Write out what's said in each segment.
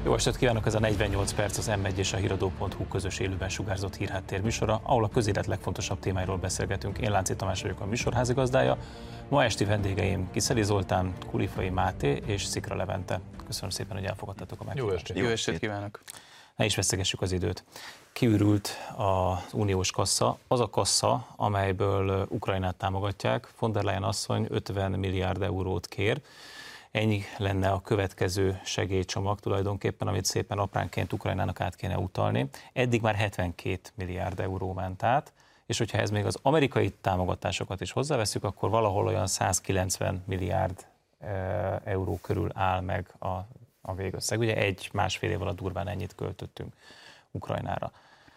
Jó estét kívánok, ez a 48 perc az M1 és a Híradó.hu közös élőben sugárzott hírháttér műsora, ahol a közélet legfontosabb témáiról beszélgetünk. Én Lánci Tamás vagyok, a műsor házigazdája. Ma esti vendégeim Kiszeli Zoltán, Kulifai Máté és Szikra Levente. Köszönöm szépen, hogy elfogadtatok a meghívást. Jó estét kívánok! Ne is vesztegessük az időt. Kiürült az uniós kassa, az a kassa, amelyből Ukrajnát támogatják. Von der Leyen asszony 50 milliárd eurót kér. Ennyi lenne a következő segélycsomag tulajdonképpen, amit szépen apránként Ukrajnának át kéne utalni. Eddig már 72 milliárd euró ment át, és hogyha ez még az amerikai támogatásokat is hozzáveszünk, akkor valahol olyan 190 milliárd euró körül áll meg a végösszeg. Ugye egy-másfél év alatt durván ennyit költöttünk Ukrajnára.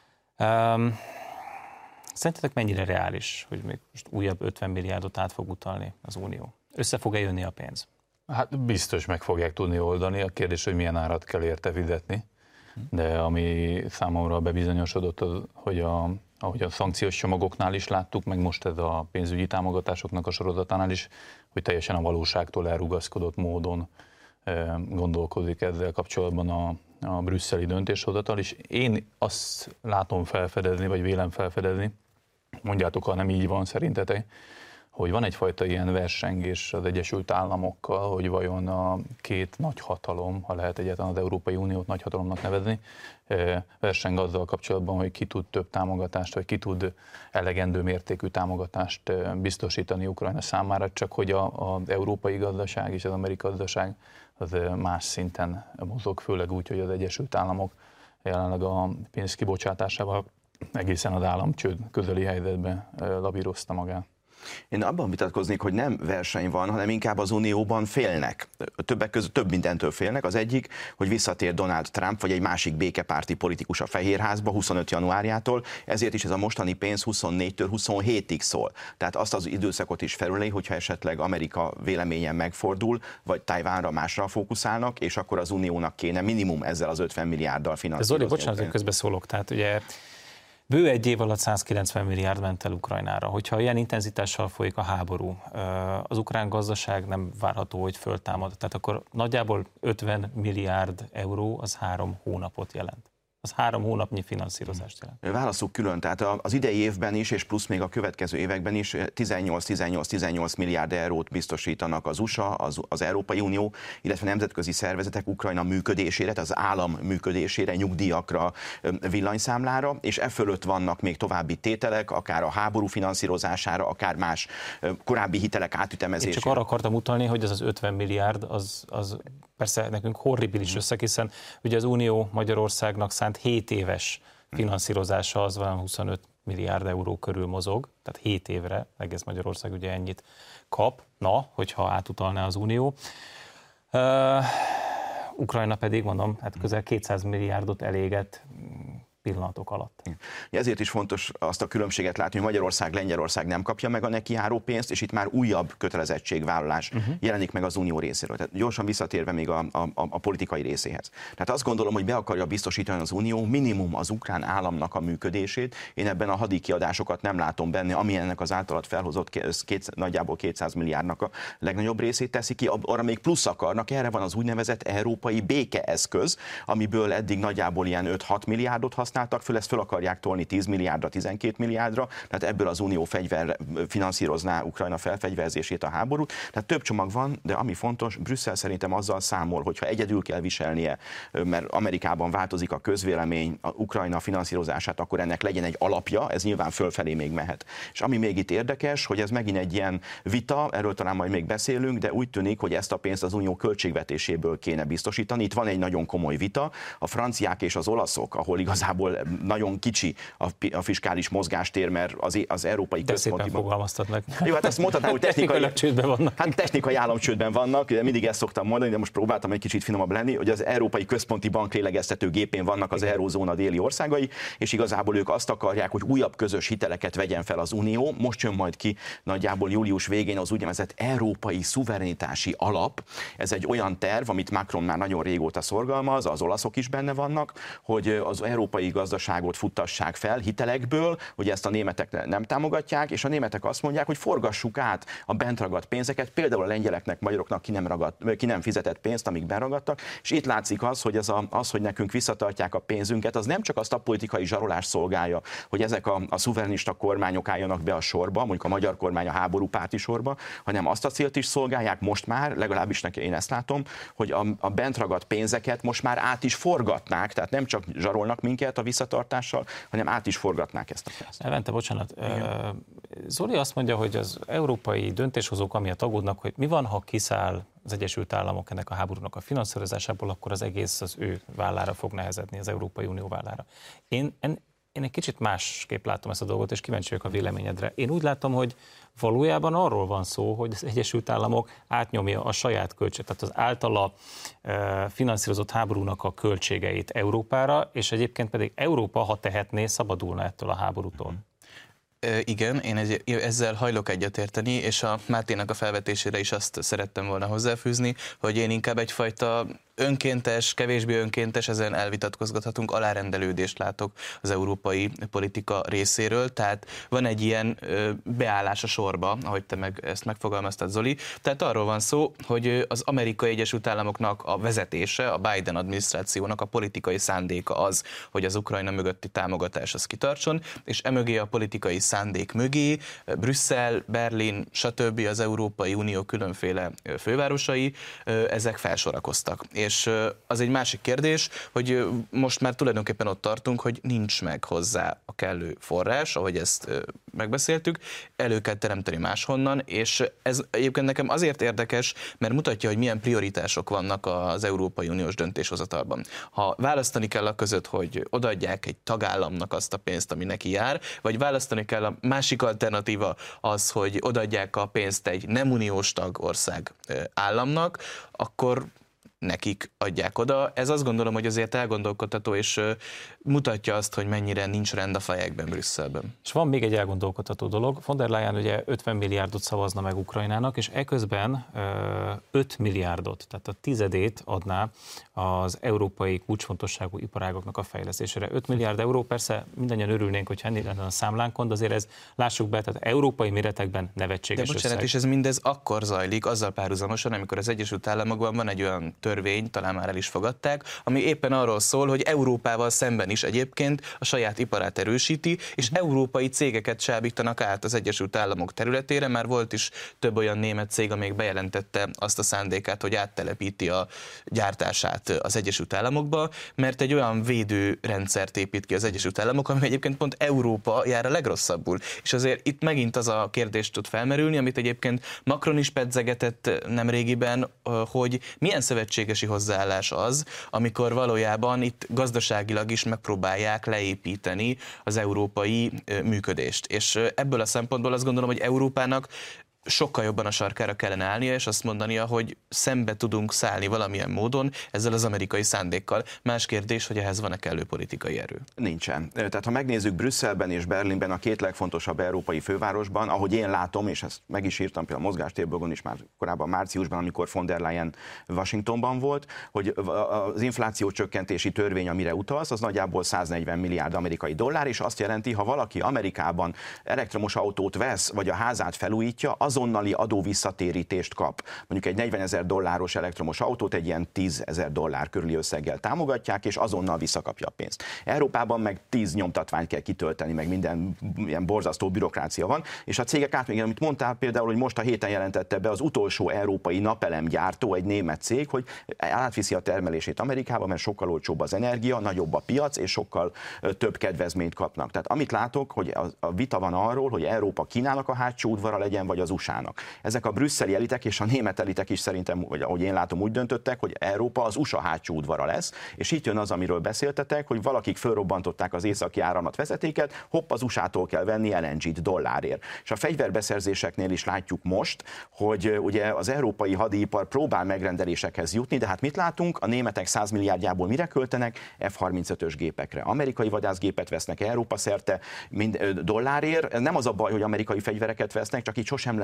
Szerintetek mennyire reális, hogy még most újabb 50 milliárdot át fog utalni az Unió? Össze fog-e jönni a pénz? Hát biztos meg fogják tudni oldani, a kérdés, hogy milyen árat kell érte fizetni, de ami számomra bebizonyosodott, hogy ahogy a szankciós csomagoknál is láttuk, meg most ez a pénzügyi támogatásoknak a sorozatánál is, hogy teljesen a valóságtól elrugaszkodott módon gondolkozik ezzel kapcsolatban a brüsszeli döntéshozatal, és én azt látom felfedezni, vagy vélem felfedezni, mondjátok, ha nem így van szerintetek, hogy van egyfajta ilyen versengés az Egyesült Államokkal, hogy vajon a két nagyhatalom, ha lehet egyáltalán az Európai Uniót nagyhatalomnak nevezni, verseng azzal kapcsolatban, hogy ki tud több támogatást, vagy ki tud elegendő mértékű támogatást biztosítani Ukrajna számára, csak hogy az európai gazdaság és az amerikai gazdaság az más szinten mozog, főleg úgy, hogy az Egyesült Államok jelenleg a pénz kibocsátásával egészen az államcsőd közeli helyzetbe lavírozta magát. Én abban vitatkoznék, hogy nem verseny van, hanem inkább az Unióban félnek. Többek között több mindentől félnek. Az egyik, hogy visszatér Donald Trump, vagy egy másik békepárti politikus a Fehérházba 25 januárjától, ezért is ez a mostani pénz 24-től 27-ig szól. Tehát azt az időszakot is felüli, hogyha esetleg Amerika véleményen megfordul, vagy Tajvánra másra fókuszálnak, és akkor az Uniónak kéne minimum ezzel az 50 milliárddal finanszírozni. Zoli, bocsánat, hogy közbeszólok, tehát ugye bő egy év alatt 190 milliárd ment el Ukrajnára. Hogyha ilyen intenzitással folyik a háború, az ukrán gazdaság nem várható, hogy föltámad. Tehát akkor nagyjából 50 milliárd euró az 3 hónapot jelent. Az 3 hónapnyi finanszírozást jelent. Válasszuk külön, tehát az idei évben is, és plusz még a következő években is 18 milliárd eurót biztosítanak az USA, az Európai Unió, illetve nemzetközi szervezetek Ukrajna működésére, tehát az állam működésére, nyugdíjakra, villanyszámlára, és e fölött vannak még további tételek, akár a háború finanszírozására, akár más korábbi hitelek átütemezésére. Én csak arra akartam utalni, hogy az 50 milliárd, az persze nekünk horribilis összeg, hiszen ugye az Unió Magyarországnak szánt 7 éves finanszírozása az van 25 milliárd euró körül mozog, tehát 7 évre, egész Magyarország ugye ennyit kap, hogyha átutalná az Unió. Ukrajna pedig, mondom, hát közel 200 milliárdot elégett pillanatok alatt. Ezért is fontos azt a különbséget látni, hogy Magyarország, Lengyelország nem kapja meg a neki járó pénzt, és itt már újabb kötelezettségvállalás jelenik meg az Unió részéről. Tehát gyorsan visszatérve még a politikai részéhez. Tehát azt gondolom, hogy be akarja biztosítani az Unió minimum az ukrán államnak a működését. Én ebben a hadi kiadásokat nem látom benne, ami ennek az általad felhozott nagyjából 200 milliárdnak a legnagyobb részét teszi ki. Arra még plusz akarnak, erre van az úgynevezett európai békeeszköz, amiből eddig nagyjából ilyen 5-6 milliárdot használtak föl, ezt föl akarják tolni 10 milliárdra, 12 milliárdra, tehát ebből az Unió finanszírozná Ukrajna felfegyverzését, a háborút. Tehát több csomag van, de ami fontos, Brüsszel szerintem azzal számol, hogyha egyedül kell viselnie, mert Amerikában változik a közvélemény, a Ukrajna finanszírozását, akkor ennek legyen egy alapja, ez nyilván fölfelé még mehet. És ami még itt érdekes, hogy ez megint egy ilyen vita, erről talán majd még beszélünk, de úgy tűnik, hogy ezt a pénzt az Unió költségvetéséből kéne biztosítani. Itt van egy nagyon komoly vita, a franciák és az olaszok, ahol igazából nagyon kicsi a fiskális mozgástér, mert az Európai Központi Bank... fogalmaztad meg. Jó, hát ezt mondhatnám, hogy technikai államcsődben vannak, de mindig ezt szoktam mondani, de most próbáltam egy kicsit finomabb lenni, hogy az Európai Központi Bank lélegeztető gépén vannak az eurózóna déli országai, és igazából ők azt akarják, hogy újabb közös hiteleket vegyen fel az Unió. Most jön majd ki nagyjából július végén az úgynevezett Európai Szuverenitási Alap. Ez egy olyan terv, amit Macron már nagyon régóta szorgalmaz, az olaszok is benne vannak, hogy az Európai európai gazdaságot futtassák fel hitelekből, hogy ezt a németek nem támogatják, és a németek azt mondják, hogy forgassuk át a bent ragadt pénzeket, például a lengyeleknek, magyaroknak ki nem fizetett pénzt, amíg beragadtak, és itt látszik az, hogy hogy nekünk visszatartják a pénzünket, az nem csak azt a politikai zsarolást szolgálja, hogy ezek a szuverenista kormányok álljanak be a sorba, mondjuk a magyar kormány a háborúpárti sorba, hanem azt a célt is szolgálják most már, legalábbis én ezt látom, hogy a bent ragadt pénzeket most már át is forgatnák, tehát nem csak zsarolnak minket a visszatartással, hanem át is forgatnák ezt a pénzt. Levente, bocsánat. Zoli azt mondja, hogy az európai döntéshozók amiatt aggódnak, hogy mi van, ha kiszáll az Egyesült Államok ennek a háborúnak a finanszírozásából, akkor az egész az ő vállára fog nehezedni, az Európai Unió vállára. Én egy kicsit másképp látom ezt a dolgot, és kíváncsi vagyok a véleményedre. Én úgy látom, hogy valójában arról van szó, hogy az Egyesült Államok átnyomja a saját költségét, tehát az általa finanszírozott háborúnak a költségeit Európára, és egyébként pedig Európa, ha tehetné, szabadulna ettől a háborútól. Igen, én ezzel hajlok egyetérteni, és a Máténak a felvetésére is azt szerettem volna hozzáfűzni, hogy én inkább egyfajta önkéntes, kevésbé önkéntes, ezen elvitatkozgathatunk, alárendelődést látok az európai politika részéről, tehát van egy ilyen beállás a sorba, ahogy te ezt megfogalmaztad, Zoli, tehát arról van szó, hogy az Amerikai Egyesült Államoknak a vezetése, a Biden adminisztrációnak a politikai szándéka az, hogy az Ukrajna mögötti támogatás az kitartson, és emögé a politikai szándék mögé Brüsszel, Berlin, stb. Az Európai Unió különféle fővárosai, ezek felsorakoztak. És az egy másik kérdés, hogy most már tulajdonképpen ott tartunk, hogy nincs meg hozzá a kellő forrás, ahogy ezt megbeszéltük, elő kell teremteni máshonnan, és ez egyébként nekem azért érdekes, mert mutatja, hogy milyen prioritások vannak az Európai Uniós döntéshozatalban. Ha választani kell a között, hogy odaadják egy tagállamnak azt a pénzt, ami neki jár, vagy választani kell a másik alternatíva az, hogy odaadják a pénzt egy nem uniós tagország államnak, akkor nekik adják oda. Ez azt gondolom, hogy azért elgondolkodható, és mutatja azt, hogy mennyire nincs rend a fejekben Brüsszelben. És van még egy elgondolkodható dolog. Von der Leyen ugye 50 milliárdot szavazna meg Ukrajnának, és eközben 5 milliárdot, tehát a 10-ét adná az európai kulcsfontosságú iparágoknak a fejlesztésére. 5 milliárd euró, persze mindannyian örülnénk, hogy ennél lenne a számlánkon, de azért ez, lássuk be, tehát európai méretekben nevetséges de bocsánat, és ez mindez akkor zajlik, azzal párhuzamosan, amikor az Egyesült Államokban van egy olyan törvény, talán már el is fogadták, ami éppen arról szól, hogy Európával szemben is egyébként a saját iparát erősíti, és európai cégeket csábítanak át az Egyesült Államok területére. Már volt is több olyan német cég, amelyik bejelentette azt a szándékát, hogy áttelepíti a gyártását az Egyesült Államokba, mert egy olyan védőrendszert épít ki az Egyesült Államok, ami egyébként pont Európa jár a legrosszabbul. És azért itt megint az a kérdés tud felmerülni, amit egyébként Macron is pedzegetett nemrégiben, hogy milyen szövetségesi hozzáállás az, amikor valójában itt gazdaságilag is megpróbálják leépíteni az európai működést. És ebből a szempontból azt gondolom, hogy Európának sokkal jobban a sarkára kellene állnia, és azt mondania, hogy szembe tudunk szállni valamilyen módon ezzel az amerikai szándékkal. Más kérdés, hogy ehhez van-e kellő politikai erő? Nincsen. Tehát ha megnézzük Brüsszelben és Berlinben, a két legfontosabb európai fővárosban, ahogy én látom, és ezt meg is írtam például a Mozgástérblogon is már korábban márciusban, amikor von der Leyen Washingtonban volt, hogy az infláció csökkentési törvény, amire utalsz, az nagyjából 140 milliárd amerikai dollár, és azt jelenti, ha valaki Amerikában elektromos autót vesz, vagy a házát felújítja, azonnali adóvisszatérítést kap. Mondjuk egy 40 000 dolláros elektromos autót egy ilyen 10 000 dollár körüli összeggel támogatják, és azonnal visszakapja a pénzt. Európában meg 10 nyomtatványt kell kitölteni, meg minden ilyen borzasztó bürokrácia van, és a cégek átmégyen, amit mondtál például, hogy most a héten jelentette be az utolsó európai napelemgyártó, egy német cég, hogy átviszi a termelését Amerikába, mert sokkal olcsóbb az energia, nagyobb a piac, és sokkal több kedvezményt kapnak. Tehát amit látok, hogy a vita van arról, hogy Európa Kínának a hátsó udvara legyen, vagy az USA-nak. Ezek a brüsszeli elitek és a német elitek is szerintem, vagy ahogy én látom, úgy döntöttek, hogy Európa az USA hátsó udvara lesz, és itt jön az, amiről beszéltetek, hogy valakik fölrobbantották az északi áramlat vezetéket, hopp, az USA-tól kell venni LNG-t dollárért. És a fegyverbeszerzéseknél is látjuk most, hogy ugye az európai hadipar próbál megrendelésekhez jutni, de hát mit látunk? A németek 100 milliárdjából mire költenek? F-35-ös gépekre. Amerikai vadászgépet vesznek Európa szerte dollárért. Nem az a baj, hogy amerikai fegyvereket vesznek, csak így sosem lesz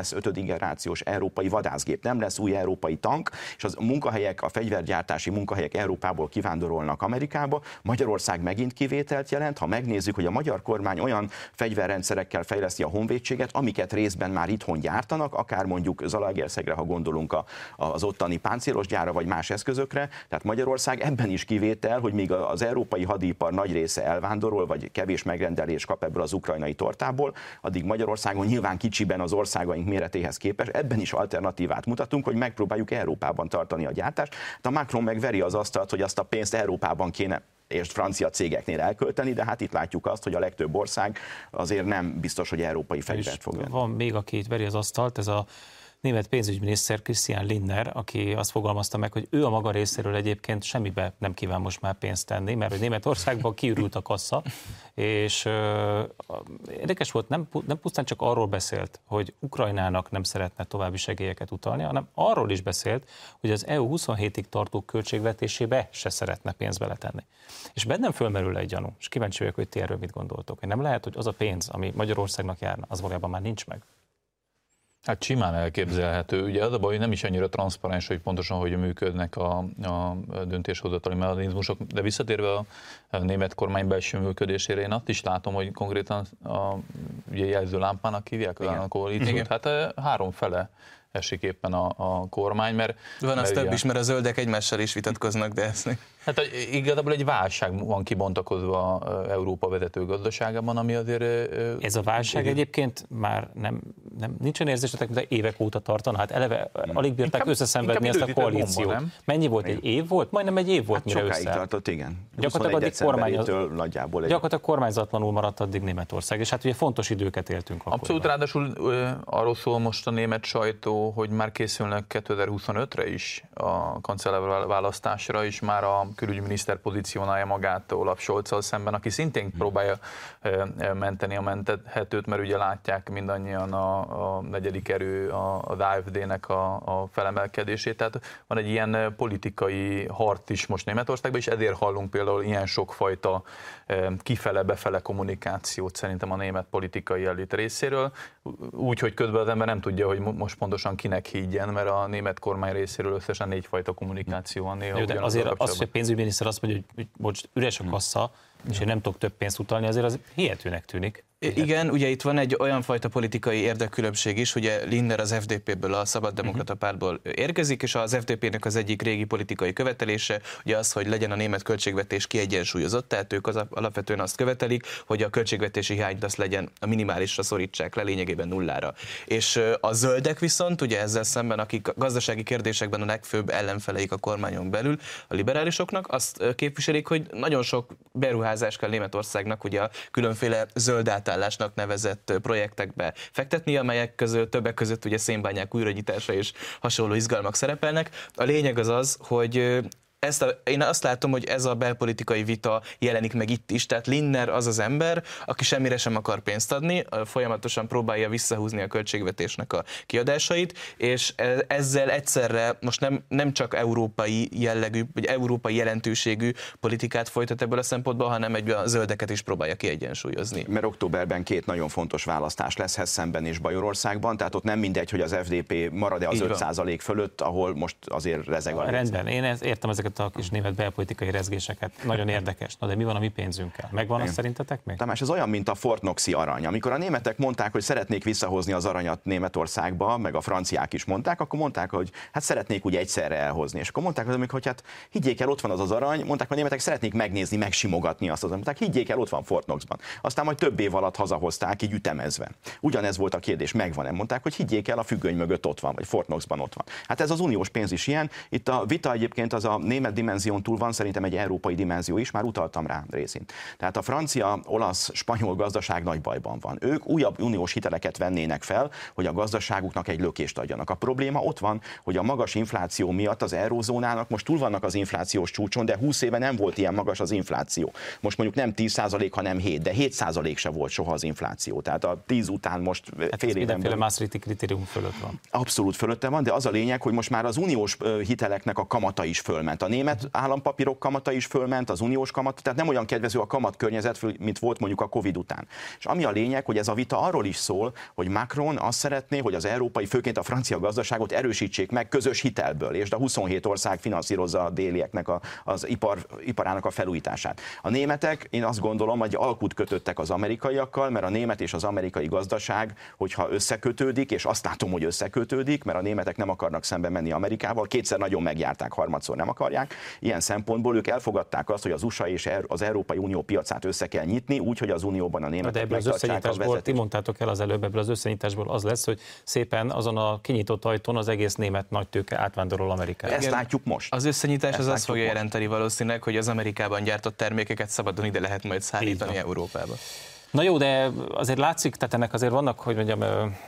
lesz 5. generációs európai vadászgép, nem lesz új európai tank, és az munkahelyek, a fegyvergyártási munkahelyek Európából kivándorolnak Amerikába. Magyarország megint kivételt jelent, ha megnézzük, hogy a magyar kormány olyan fegyverrendszerekkel fejleszti a honvédséget, amiket részben már itthon gyártanak, akár mondjuk Zalaegerszegre, ha gondolunk az ottani páncélos gyára vagy más eszközökre. Tehát Magyarország ebben is kivétel, hogy míg az európai hadipar nagy része elvándorol, vagy kevés megrendelés kap ebből az ukrajnai tortából, addig Magyarországon nyilván kicsiben az országaink méretéhez képest, ebben is alternatívát mutatunk, hogy megpróbáljuk Európában tartani a gyártást. A Macron megveri az asztalt, hogy azt a pénzt Európában kéne és francia cégeknél elkölteni, de hát itt látjuk azt, hogy a legtöbb ország azért nem biztos, hogy európai fegyvert fog venni. Van még, aki itt veri az asztalt, ez a német pénzügyminiszter Christian Lindner, aki azt fogalmazta meg, hogy ő a maga részéről egyébként semmibe nem kíván most már pénzt tenni, mert hogy Németországban kiürült a kassa, és érdekes volt, nem pusztán csak arról beszélt, hogy Ukrajnának nem szeretne további segélyeket utalni, hanem arról is beszélt, hogy az EU 27-ig tartó költségvetésébe se szeretne pénzt beletenni. És bennem fölmerül egy gyanú, és kíváncsi vagyok, hogy ti erről mit gondoltok, hogy nem lehet, hogy az a pénz, ami Magyarországnak járna, az valójában már nincs meg. Hát simán elképzelhető. Ugye az a baj, hogy nem is annyira transzparens, hogy pontosan hogy működnek a döntéshozatali mechanizmusok, de visszatérve a német kormány belső működésére, én azt is látom, hogy konkrétan ugye jelzőlámpának hívják a koalíciót, hát 3 fele esik éppen a kormány, mert... Van az több is, mert a zöldek egymással is vitatkoznak, de ezt... Hát igazából egy válság van kibontakozva Európa vezető gazdaságában, ami azért... Ez a válság egyébként már nincsen érzésetek, de évek óta tartana. Hát eleve alig bírták összeszenvedni ezt a koalíciót. Bomba, mennyi volt? Egy év volt? Majdnem egy év volt, hát mire sokáig tartott, igen. Gyakorlatilag kormányzatlanul maradt addig Németország, és hát ugye fontos időket éltünk akkor. Abszolút, ráadásul arról szól most a német sajtó, hogy már készülnek 2025-re is a kancellár választásra, és már a külügyminiszter pozícionálja magát Olaf Scholzzal szemben, aki szintén próbálja menteni a menthetőt, mert ugye látják mindannyian a negyedik erő, az AfD-nek a felemelkedését. Tehát van egy ilyen politikai harc is most Németországban, és ezért hallunk például ilyen sokfajta kifele-befele kommunikációt szerintem a német politikai elit részéről. Úgy, hogy közben az ember nem tudja, hogy most pontosan kinek higgyen, mert a német kormány részéről összesen 4 fajta kommunikáció van néha. De azért az, hogy a pénzügyminiszter azt mondja, hogy most üres a kassa, és én nem tudok több pénzt utalni, azért az hihetőnek tűnik. Igen, ugye itt van egy olyan fajta politikai érdekkülönbség is, ugye Lindner az FDP-ből, a Szabaddemokrata Pártból érkezik, és az FDP-nek az egyik régi politikai követelése ugye az, hogy legyen a német költségvetés kiegyensúlyozott, tehát ők alapvetően azt követelik, hogy a költségvetési hiányt azt legyen a minimálisra szorítsák le, lényegében nullára. És a zöldek viszont, ugye ezzel szemben, akik gazdasági kérdésekben a legfőbb ellenfeleik a kormányon belül, a liberálisoknak, azt képviselik, hogy nagyon sok beruházás kell Németországnak, ugye a különféle zöld átállásnak nevezett projektekbe fektetni, amelyek közül többek között ugye szénbányák újranyitása és hasonló izgalmak szerepelnek. A lényeg az, hogy én azt látom, hogy ez a belpolitikai vita jelenik meg itt is, tehát Lindner az az ember, aki semmire sem akar pénzt adni, folyamatosan próbálja visszahúzni a költségvetésnek a kiadásait, és ezzel egyszerre most nem csak európai jellegű, vagy európai jelentőségű politikát folytat ebből a szempontból, hanem egyben a zöldeket is próbálja kiegyensúlyozni. Mert októberben 2 nagyon fontos választás lesz Hessenben és Bajorországban, tehát ott nem mindegy, hogy az FDP marad-e az 5% fölött, ahol most azért rezeg a rendben, én értem ezeket a kis német belpolitikai rezgéseket. Nagyon érdekes. Na de mi van a mi pénzünkkel? Megvan az szerintetek még? Tamás, ez olyan, mint a Fort Knoxi arany. Amikor a németek mondták, hogy szeretnék visszahozni az aranyat Németországba, meg a franciák is mondták, akkor mondták, hogy hát szeretnék úgy egyszerre elhozni. És akkor mondták, hogy hát higgyék el, ott van az arany, mondták, a németek szeretnék megnézni, megsimogatni azt az aranyat. Mondták, higgyék el, ott van Fort Knoxban. Aztán majd több év alatt hazahozták, így ütemezve. Ugyanez volt a kérdés, megvan-e? Mondták, hogy higgyék el, a függöny mögött ott van, vagy Fort Knoxban ott van. Hát ez az uniós pénz is ilyen. Itt a vita egyébként az a német dimenzión túl van, szerintem egy európai dimenzió is, már utaltam rá részint. Tehát a francia, olasz, spanyol gazdaság nagy bajban van. Ők újabb uniós hiteleket vennének fel, hogy a gazdaságuknak egy lökést adjanak. A probléma ott van, hogy a magas infláció miatt az eurózónának most túl vannak az inflációs csúcson, de 20 éve nem volt ilyen magas az infláció. Most mondjuk nem 10%, hanem 7, de 7% se volt soha az infláció. Tehát a 10 után most fél éven mindenféle Maastrichti kritérium fölött van. Abszolút fölötte van, de az a lényeg, hogy most már az uniós hiteleknek a kamata is fölment. a német állampapírok kamata is fölment, az uniós kamat, tehát nem olyan kedvező a kamatkörnyezet, mint volt mondjuk a Covid után. És ami a lényeg, hogy ez a vita arról is szól, hogy Macron azt szeretné, hogy az európai, főként a francia gazdaságot erősítsék meg közös hitelből, és a 27 ország finanszírozza a délieknek az iparának a felújítását. A németek, én azt gondolom, hogy alkut kötöttek az amerikaiakkal, mert a német és az amerikai gazdaság, hogyha összekötődik, és azt látom, hogy összekötődik, mert a németek nem akarnak szembe menni Amerikával, kétszer nagyon megjárták, harmadszor nem akarják. Ilyen szempontból ők elfogadták azt, hogy az USA és az Európai Unió piacát össze kell nyitni, úgy, hogy az Unióban a németek megtartsák a vezetést. Ti mondtátok el az előbb, ebből az összenyitásból az lesz, hogy szépen azon a kinyitott ajtón az egész német nagytőke átvándorol Amerikába. Ezt látjuk most. Az összenyitás az azt fogja jelenteni valószínűleg, hogy az Amerikában gyártott termékeket szabadon ide lehet majd szállítani Európába. Na jó, de azért látszik, tehát ennek azért vannak, hogy mondjam,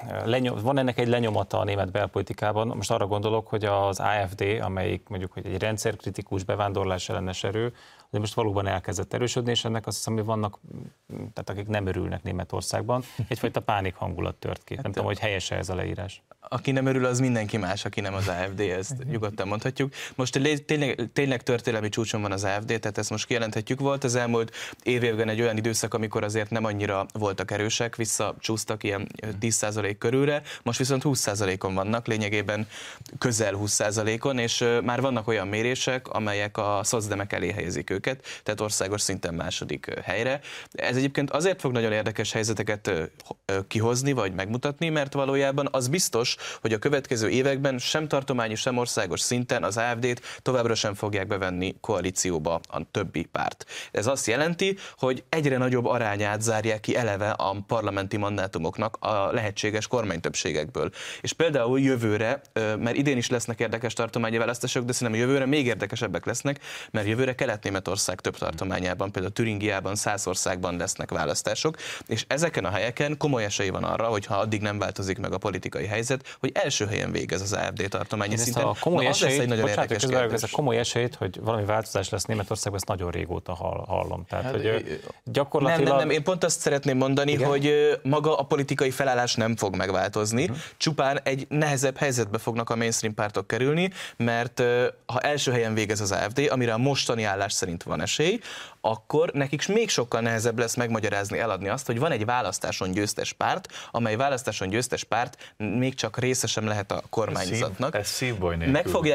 van ennek egy lenyomata a német belpolitikában. Most arra gondolok, hogy az AfD, amelyik mondjuk hogy egy rendszerkritikus bevándorlás ellenes erő, de most valóban elkezdett erősödni, és ennek azt hiszem, hogy vannak, tehát akik nem örülnek Németországban, egyfajta pánik hangulat tört ki. Nem tudom, hogy helyes-e ez a leírás. Aki nem örül, az mindenki más, aki nem az AfD, ezt nyugodtan mondhatjuk. Most tényleg történelmi csúcson van az AfD, tehát ezt most kijelenthetjük. Volt az elmúlt évben egy olyan időszak, amikor azért nem annyira voltak erősek, visszacsúsztak ilyen 10% körülre, most viszont 20%-on vannak, lényegében közel 20%-on, és már vannak olyan mérések, amelyek a szocdemek elé helyezik őket, tehát országos szinten második helyre. Ez egyébként azért fog nagyon érdekes helyzeteket kihozni, vagy megmutatni, mert valójában az biztos, hogy a következő években sem tartományi, sem országos szinten az AfD-t továbbra sem fogják bevenni koalícióba a többi párt. Ez azt jelenti, hogy egyre nagyobb arányát zárják ki eleve a parlamenti mandátumoknak a lehetséges kormánytöbbségekből. És például jövőre, mert idén is lesznek érdekes tartományi választások, de szerintem jövőre még érdekesebbek lesznek, mert jövőre Kelet-Németország több tartományában, például Türingiában, Szászországban lesznek választások, és ezeken a helyeken komoly esély van arra, hogy ha addig nem változik meg a politikai helyzet, hogy első helyen végez az AfD tartományi szinten. A komoly esélyt, egy nagyon érdekes ez a komoly esélyt, hogy valami változás lesz Németországban, ezt nagyon régóta hallom. Tehát, hogy gyakorlatilag... Nem, én pont azt szeretném mondani, igen? Hogy maga a politikai felállás nem fog megváltozni, csupán egy nehezebb helyzetbe fognak a mainstream pártok kerülni, mert ha első helyen végez az AfD, amire a mostani állás szerint van esély, akkor nekik még sokkal nehezebb lesz megmagyarázni, eladni azt, hogy van egy választáson győztes párt, amely választáson győztes párt még csak része sem lehet a kormányzatnak. Ez szívbaj nélkül.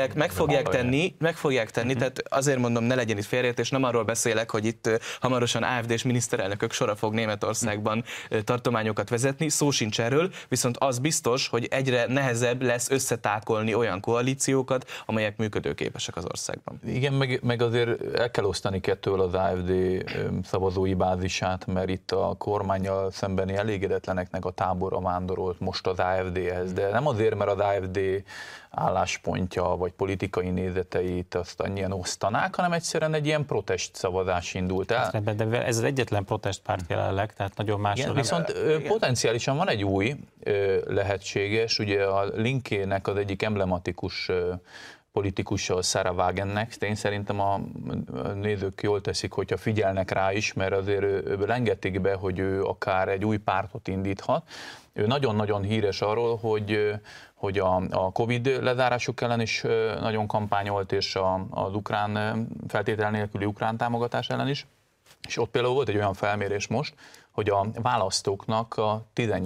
Meg fogják tenni, tehát azért mondom, ne legyen itt félreértés, nem arról beszélek, hogy itt hamarosan AfD-s miniszterelnökök sora fog Németországban tartományokat vezetni, szó sincs erről, viszont az biztos, hogy egyre nehezebb lesz összetákolni olyan koalíciókat, amelyek működőképesek az országban. Igen, meg azért el kell osztani kettől az AfD szavazói bázisát, mert itt a kormánnyal szembeni elégedetleneknek a tábora vándorolt most az AfD-hez, de nem azért, mert az AfD álláspontja vagy politikai nézeteit azt annyian osztanák, hanem egyszerűen egy ilyen protest szavazás indult el. De ez az egyetlen protestpárt jelenleg, tehát nagyon másról. Igen, viszont potenciálisan van egy új lehetséges, ugye a Linkének az egyik emblematikus politikussal, Sarah Wagennek, én szerintem a nézők jól teszik, hogyha figyelnek rá is, mert azért ő engedték be, hogy ő akár egy új pártot indíthat. Ő nagyon-nagyon híres arról, hogy a Covid lezárások ellen is nagyon kampányolt, és az ukrán feltétel nélküli ukrán támogatás ellen is. És ott például volt egy olyan felmérés most, hogy a választóknak a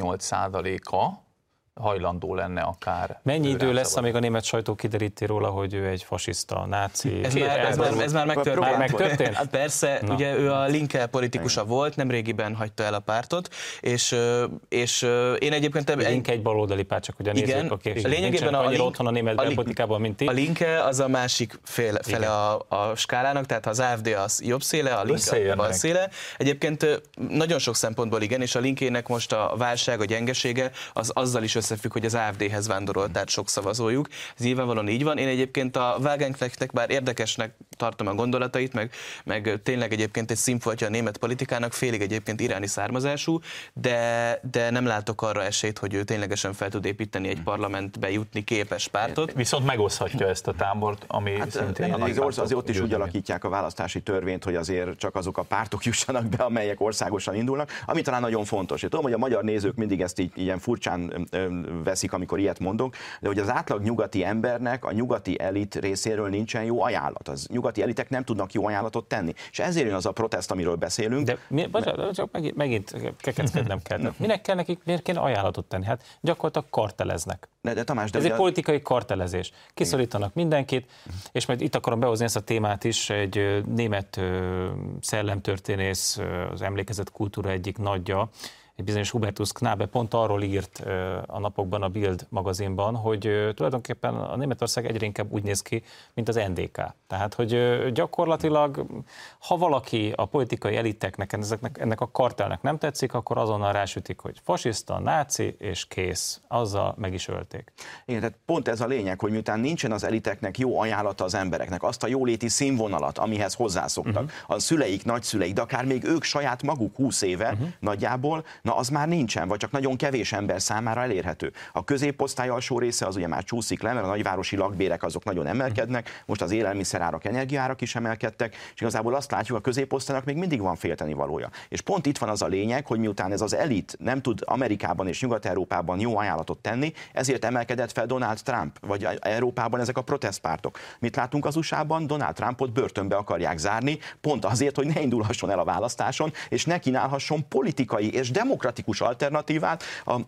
18%-a hajlandó lenne akár. Mennyi idő lesz, amíg a német sajtó kideríti róla, hogy ő egy fasiszta, náci? Ez már megtörtént. Hát persze, ugye ő a Linke politikusa volt, nemrégiben hagyta el a pártot, és én egyébként... Linke egy baloldali párt, csak ugye nézzük, akik lényegében annyira otthon a német belpolitikában, mint ti. A Linke az a másik fele a skálának, tehát az AfD az jobb széle, a Linke a bal széle. Egyébként nagyon sok szempontból igen, és a Linkének most a válság, a gyengesége az azzal is összefügg, hogy az AfD-hez vándorolt, tehát sok szavazójuk. Ez nyilvánvalóan így van. Én egyébként a Wagenknechtnek bár érdekesnek tartom a gondolatait, meg tényleg egyébként egy színfoltja a német politikának, félig egyébként iráni származású, de nem látok arra esélyt, hogy ő ténylegesen fel tud építeni egy parlamentbe jutni képes pártot. Viszont megoszthatja ezt a tábort, ami szintén azért ott is úgy alakítják a választási törvényt, hogy azért csak azok a pártok jussanak be, amelyek országosan indulnak, ami talán nagyon fontos. Én tudom, hogy a magyar nézők mindig ezt így ilyen furcsán komolyan veszik, amikor ilyet mondok, de hogy az átlag nyugati embernek a nyugati elit részéről nincsen jó ajánlat. Az nyugati elitek nem tudnak jó ajánlatot tenni. És ezért jön az a protest, amiről beszélünk. De csak megint kekeckednem kell. Minek kell nekik, miért kéne ajánlatot tenni? Hát gyakorlatilag karteleznek. De Tamás, ez egy politikai kartelezés. Kiszorítanak mindenkit, és majd itt akarom behozni ezt a témát is, egy német szellemtörténész, az emlékezett kultúra egyik nagyja, egy bizonyos Hubertus Knabe pont arról írt a napokban a Bild magazinban, hogy tulajdonképpen a Németország egyre inkább úgy néz ki, mint az NDK. Tehát, hogy gyakorlatilag, ha valaki a politikai eliteknek, ennek a kartelnek nem tetszik, akkor azonnal rásütik, hogy fasiszta, náci, és kész. Azzal meg is ölték. Igen, tehát pont ez a lényeg, hogy miután nincsen az eliteknek jó ajánlata az embereknek, azt a jóléti színvonalat, amihez hozzászoktak, a szüleik, nagyszüleik, de akár még ők saját maguk 20 éve nagyjából, na az már nincsen, vagy csak nagyon kevés ember számára elérhető. A középosztály alsó része az ugye már csúszik le, mert a nagyvárosi lakbérek azok nagyon emelkednek, most az élelmiszerárak, energiaárak is emelkedtek, és igazából azt látjuk, a középosztálynak még mindig van féltenivalója. És pont itt van az a lényeg, hogy miután ez az elit nem tud Amerikában és Nyugat-Európában jó ajánlatot tenni, ezért emelkedett fel Donald Trump, vagy Európában ezek a protestpártok. Mit látunk az USA-ban? Donald Trumpot börtönbe akarják zárni, pont azért, hogy ne indulhasson el a választáson, és ne kínálhasson politikai és demokratikus alternatívát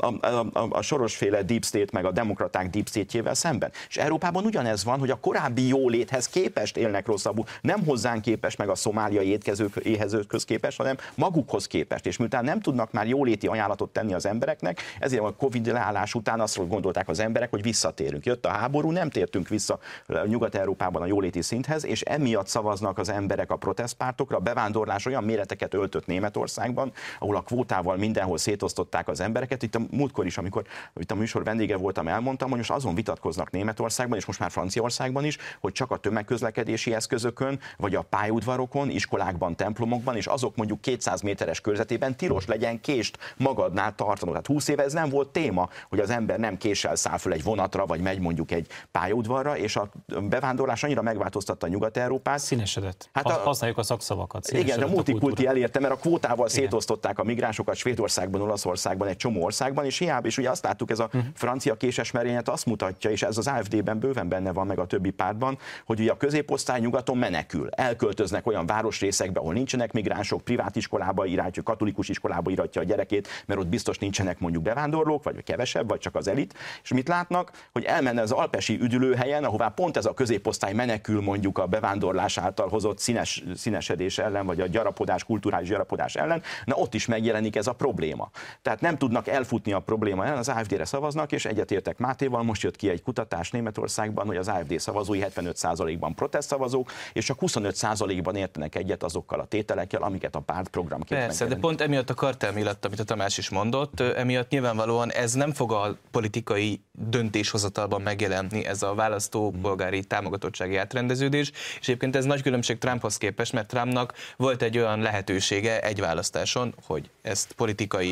a Soros-féle Deep State meg a demokraták Deep State-jével szemben. És Európában ugyanez van, hogy a korábbi jóléthez képest élnek rosszabbul, nem hozzánk képest, meg a szomáliai éhezőkhöz képest, hanem magukhoz képest. És miután nem tudnak már jóléti ajánlatot tenni az embereknek, ezért a Covid leállás után azt gondolták az emberek, hogy visszatérünk. Jött a háború, nem tértünk vissza Nyugat-Európában a jóléti szinthez, és emiatt szavaznak az emberek a protestpártokra. A bevándorlás olyan méreteket öltött Németországban, ahol a kvótával mindenhol szétosztották az embereket. Itt a múltkor is, amikor itt a műsor vendége voltam, elmondtam, hogy most azon vitatkoznak Németországban, és most már Franciaországban is, hogy csak a tömegközlekedési eszközökön, vagy a pályaudvarokon, iskolákban, templomokban, és azok mondjuk 200 méteres körzetében tilos legyen kést magadnál tartanod. Tehát 20 éve ez nem volt téma, hogy az ember nem késsel száll föl egy vonatra, vagy megy mondjuk egy pályaudvarra, és a bevándorlás annyira megváltoztatta Nyugat-Európát. Színesedett. Hát használjuk a szakszavakat. Igen, de a multikulti elérte, mert a kvótával szétosztották a migránsokat Svédországban, Olaszországban, egy csomó országban, és hiába, és ugye azt láttuk, ez a francia késes merénylet azt mutatja, és ez az AfD-ben bőven benne van, meg a többi pártban, hogy ugye a középosztály nyugaton menekül. Elköltöznek olyan városrészekbe, ahol nincsenek migránsok, privát iskolába iratja, katolikus iskolába iratja a gyerekét, mert ott biztos nincsenek mondjuk bevándorlók, vagy kevesebb, vagy csak az elit. És mit látnak, hogy elmenne az alpesi üdülőhelyen, ahová pont ez a középosztály menekül mondjuk a bevándorlás által hozott színesedés ellen, vagy a gyarapodás, kulturális gyarapodás ellen, na ott is megjelenik ez a probléma. Tehát nem tudnak elfutni a probléma ellen, az AfD-re szavaznak, és egyetértek Mátéval, most jött ki egy kutatás Németországban, hogy az AfD szavazói 75%-ban protestszavazók, és csak 25%-ban értenek egyet azokkal a tételekkel, amiket a pártprogramként Persze, de pont emiatt a kartel miatt, amit a Tamás is mondott, emiatt nyilvánvalóan ez nem fog a politikai döntéshozatalban megjelenni, ez a választópolgári támogatottsági átrendeződés, és egyébként ez nagy különbség Trumphoz képest, mert Trumpnak volt egy olyan lehetősége egy választáson, hogy ezt politikai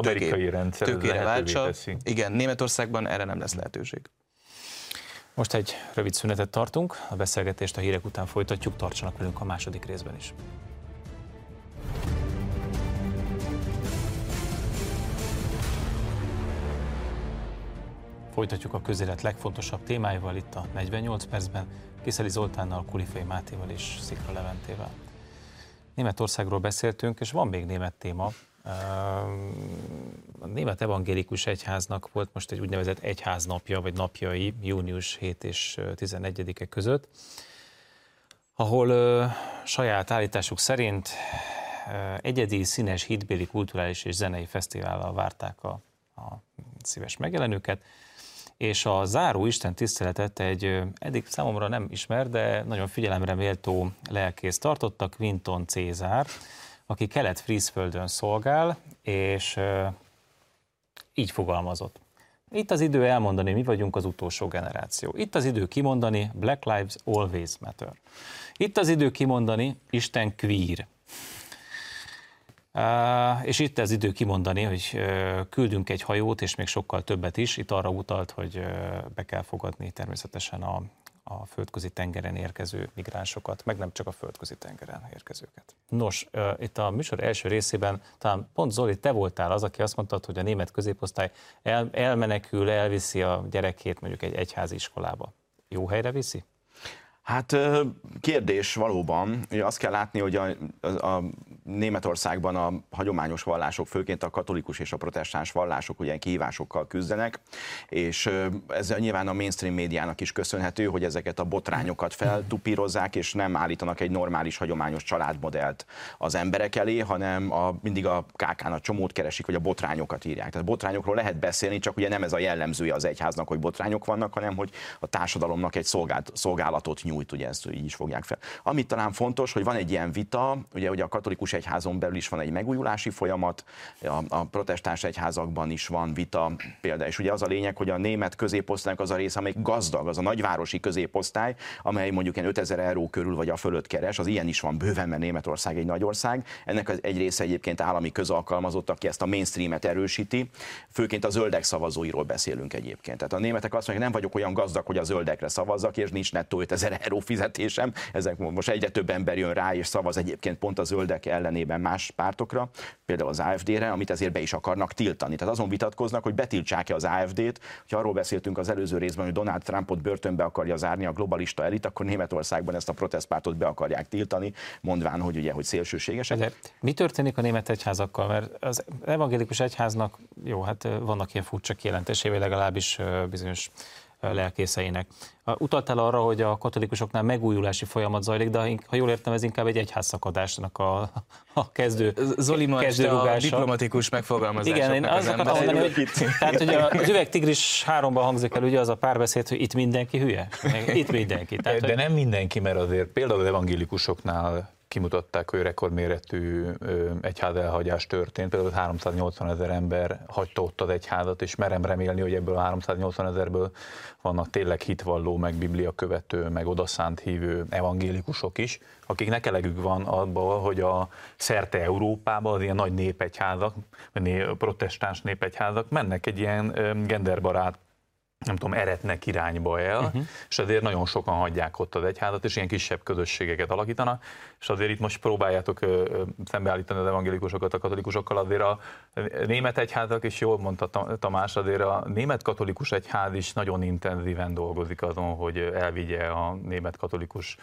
tőkére váltsa. Igen, Németországban erre nem lesz lehetőség. Most egy rövid szünetet tartunk, a beszélgetést a hírek után folytatjuk, tartsanak velünk a második részben is. Folytatjuk a közélet legfontosabb témáival itt a 48 percben, Kiszeli Zoltánnal, Kulifai Mátéval és Szikra Leventével. Németországról beszéltünk, és van még német téma. A Német Evangélikus Egyháznak volt most egy úgynevezett egyháznapja, vagy napjai, június 7 és 14-e között, ahol saját állításuk szerint egyedi, színes, hitbéli, kulturális és zenei fesztivállal várták a szíves megjelenőket, és a záró Isten tiszteletet egy eddig számomra nem ismer, de nagyon figyelemre méltó lelkész tartotta, Quinton Cézár, aki Kelet-Frízföldön szolgál, és így fogalmazott. Itt az idő elmondani, mi vagyunk az utolsó generáció. Itt az idő kimondani, Black Lives Always Matter. Itt az idő kimondani, Isten queer. És itt az idő kimondani, hogy küldünk egy hajót, és még sokkal többet is. Itt arra utalt, hogy be kell fogadni természetesen a földközi tengeren érkező migránsokat, meg nem csak a földközi tengeren érkezőket. Nos, itt a műsor első részében talán pont Zoli, te voltál az, aki azt mondtad, hogy a német középosztály elmenekül, elviszi a gyerekét mondjuk egy egyházi iskolába. Jó helyre viszi? Hát kérdés valóban. Ugye azt kell látni, hogy a Németországban a hagyományos vallások, főként a katolikus és a protestáns vallások ugye kihívásokkal küzdenek, és ezzel nyilván a mainstream médiának is köszönhető, hogy ezeket a botrányokat feltupírozzák, és nem állítanak egy normális, hagyományos családmodellt az emberek elé, hanem mindig a kákán a csomót keresik, hogy a botrányokat írják. Tehát botrányokról lehet beszélni, csak ugye nem ez a jellemzője az egyháznak, hogy botrányok vannak, hanem hogy a társadalomnak egy szolgálatot nyújt, ugye ezt így is fogják fel. Amit talán fontos, hogy van egy ilyen vita, ugye a katolikus egyházon belül is van egy megújulási folyamat, a protestáns egyházakban is van vita például, és ugye az a lényeg, hogy a német középosztálynak az a része, amely gazdag, az a nagyvárosi középosztály, amely mondjuk ilyen 5000 euró körül vagy a fölött keres, az ilyen is van bőven, mert Németország egy nagy ország. Ennek egy része egyébként állami közalkalmazott, aki ezt a mainstreamet erősíti, főként a zöldek szavazóiról beszélünk egyébként. Tehát a németek azt mondják, nem vagyok olyan gazdag, hogy a zöldekre szavazzak, és nincs nettó 5000 euró fizetésem. Ezek most egyre több ember jön rá, és szavaz egyébként pont a zöldek ellenében más pártokra, például az AfD-re, amit ezért be is akarnak tiltani. Tehát azon vitatkoznak, hogy betiltsák-e az AfD-t. Ha arról beszéltünk az előző részben, hogy Donald Trumpot börtönbe akarja zárni a globalista elit, akkor Németországban ezt a protestpártot be akarják tiltani, mondván, hogy ugye, hogy szélsőségesek. De mi történik a német egyházakkal? Mert az evangélikus egyháznak, jó, hát vannak ilyen furcsa kijelentései, legalábbis bizonyos lelkészeinek. Utaltál arra, hogy a katolikusoknál megújulási folyamat zajlik, de ha jól értem, ez inkább egy egyházszakadásnak a kezdő Zoli ma este a diplomatikus megfogalmazásoknak. Igen, én azt akartam mondani, hogy tehát, hogy az Üvegtigris 3-ban hangzik el ugye az a párbeszéd, hogy itt mindenki hülye? Itt mindenki. Tehát, de nem mindenki, mert azért például az evangélikusoknál kimutatták, hogy rekordméretű egyházelhagyás történt. Például 380 000 ember hagyta ott az egyházat, és merem remélni, hogy ebből a 380 000-ből vannak tényleg hitvalló, meg biblia követő, meg odaszánt hívő evangélikusok is, akiknek elegük van abban, hogy a szerte Európában az ilyen nagy népegyházak, protestáns népegyházak mennek egy ilyen genderbarát, nem tudom, eretnek irányba el, és azért nagyon sokan hagyják ott az egyházat, és ilyen kisebb közösségeket alakítanak, és azért itt most próbáljátok szembeállítani az evangélikusokat a katolikusokkal, azért a német egyházak, és jól mondta Tamás, azért a német katolikus egyház is nagyon intenzíven dolgozik azon, hogy elvigye a német katolikus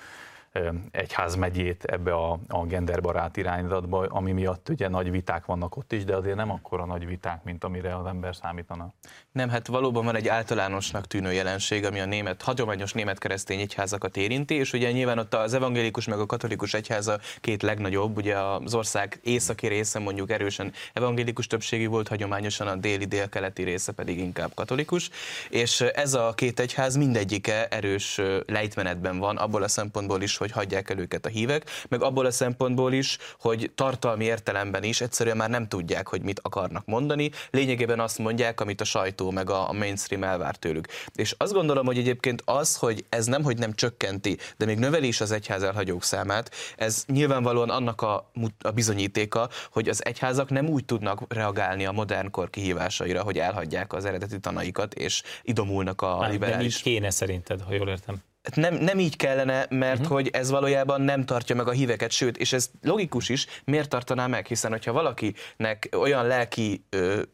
egyházmegyét ebbe a genderbarát irányzatba, ami miatt ugye nagy viták vannak ott is, de azért nem akkora nagy viták, mint amire az ember számítana. Nem, hát valóban van egy általánosnak tűnő jelenség, ami a hagyományos német keresztény egyházakat érinti, és ugye nyilván ott az evangélikus meg a katolikus egyháza két legnagyobb, ugye az ország északi része mondjuk erősen evangélikus többségű volt, hagyományosan a déli-délkeleti része pedig inkább katolikus, és ez a két egyház mindegyike erős lejtmenetben van, abból a szempontból is, hogy hagyják el őket a hívek, meg abból a szempontból is, hogy tartalmi értelemben is egyszerűen már nem tudják, hogy mit akarnak mondani, lényegében azt mondják, amit a sajtó meg a mainstream elvár tőlük. És azt gondolom, hogy egyébként az, hogy ez nemhogy nem csökkenti, de még növeli is az egyház elhagyók számát, ez nyilvánvalóan annak a bizonyítéka, hogy az egyházak nem úgy tudnak reagálni a modern kor kihívásaira, hogy elhagyják az eredeti tanaikat, és idomulnak a liberális... Nem így kéne szerinted, ha jól értem. Nem így kellene, mert hogy ez valójában nem tartja meg a híveket, sőt, és ez logikus is, miért tartaná meg, hiszen hogyha valakinek olyan lelki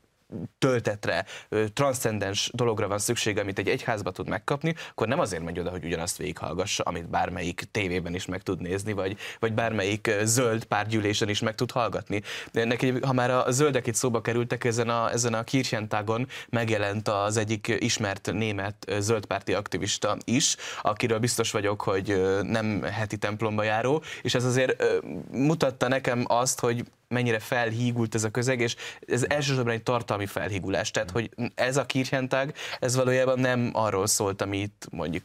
töltetre, transzcendens dologra van szüksége, amit egy egyházba tud megkapni, akkor nem azért megy oda, hogy ugyanazt végighallgassa, amit bármelyik tévében is meg tud nézni, vagy bármelyik zöld pártgyűlésen is meg tud hallgatni. Neki, ha már a zöldek itt szóba kerültek, ezen a Kirchentagon megjelent az egyik ismert német zöldpárti aktivista is, akiről biztos vagyok, hogy nem heti templomba járó, és ez azért mutatta nekem azt, hogy mennyire felhígult ez a közeg, és ez elsősorban egy tartalmi felhígulás. Tehát, hogy ez a Kirchentag, ez valójában nem arról szólt, amit mondjuk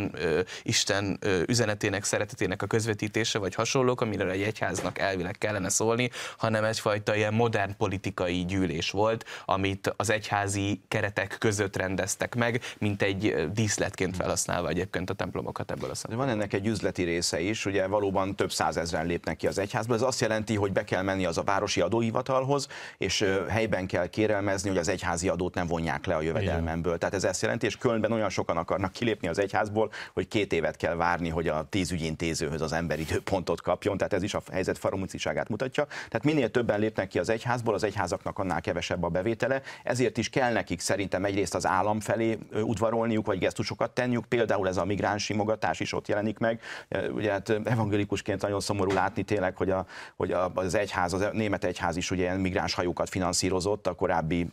Isten üzenetének, szeretetének a közvetítése, vagy hasonlók, amire egy egyháznak elvileg kellene szólni, hanem egyfajta ilyen modern politikai gyűlés volt, amit az egyházi keretek között rendeztek meg, mint egy díszletként felhasználva egyébként a templomokat ebből a szempontból. Van ennek egy üzleti része is, ugye valóban több százezren lépnek ki az egyházba, ez azt jelenti, hogy be kell menni az a városi adóhivatalhoz, és helyben kell kérelmezni, hogy az egyházi adót nem vonják le a jövedelmemből. Tehát ez ezt jelenti, és Kölnben olyan sokan akarnak kilépni az egyházból, hogy 2 évet kell várni, hogy a 10 ügyintézőhöz az ember időpontot kapjon, tehát ez is a helyzet faramúciságát mutatja. Tehát minél többen lépnek ki az egyházból, az egyházaknak annál kevesebb a bevétele, ezért is kell nekik szerintem egyrészt az állam felé udvarolniuk, vagy gesztusokat tenniük, például ez a migráns simogatás is ott jelenik meg. Ugye hát evangélikusként nagyon szomorú látni tényleg, hogy az egyház, a német egyház is ugye migráns hajókat finanszírozott, a korábbi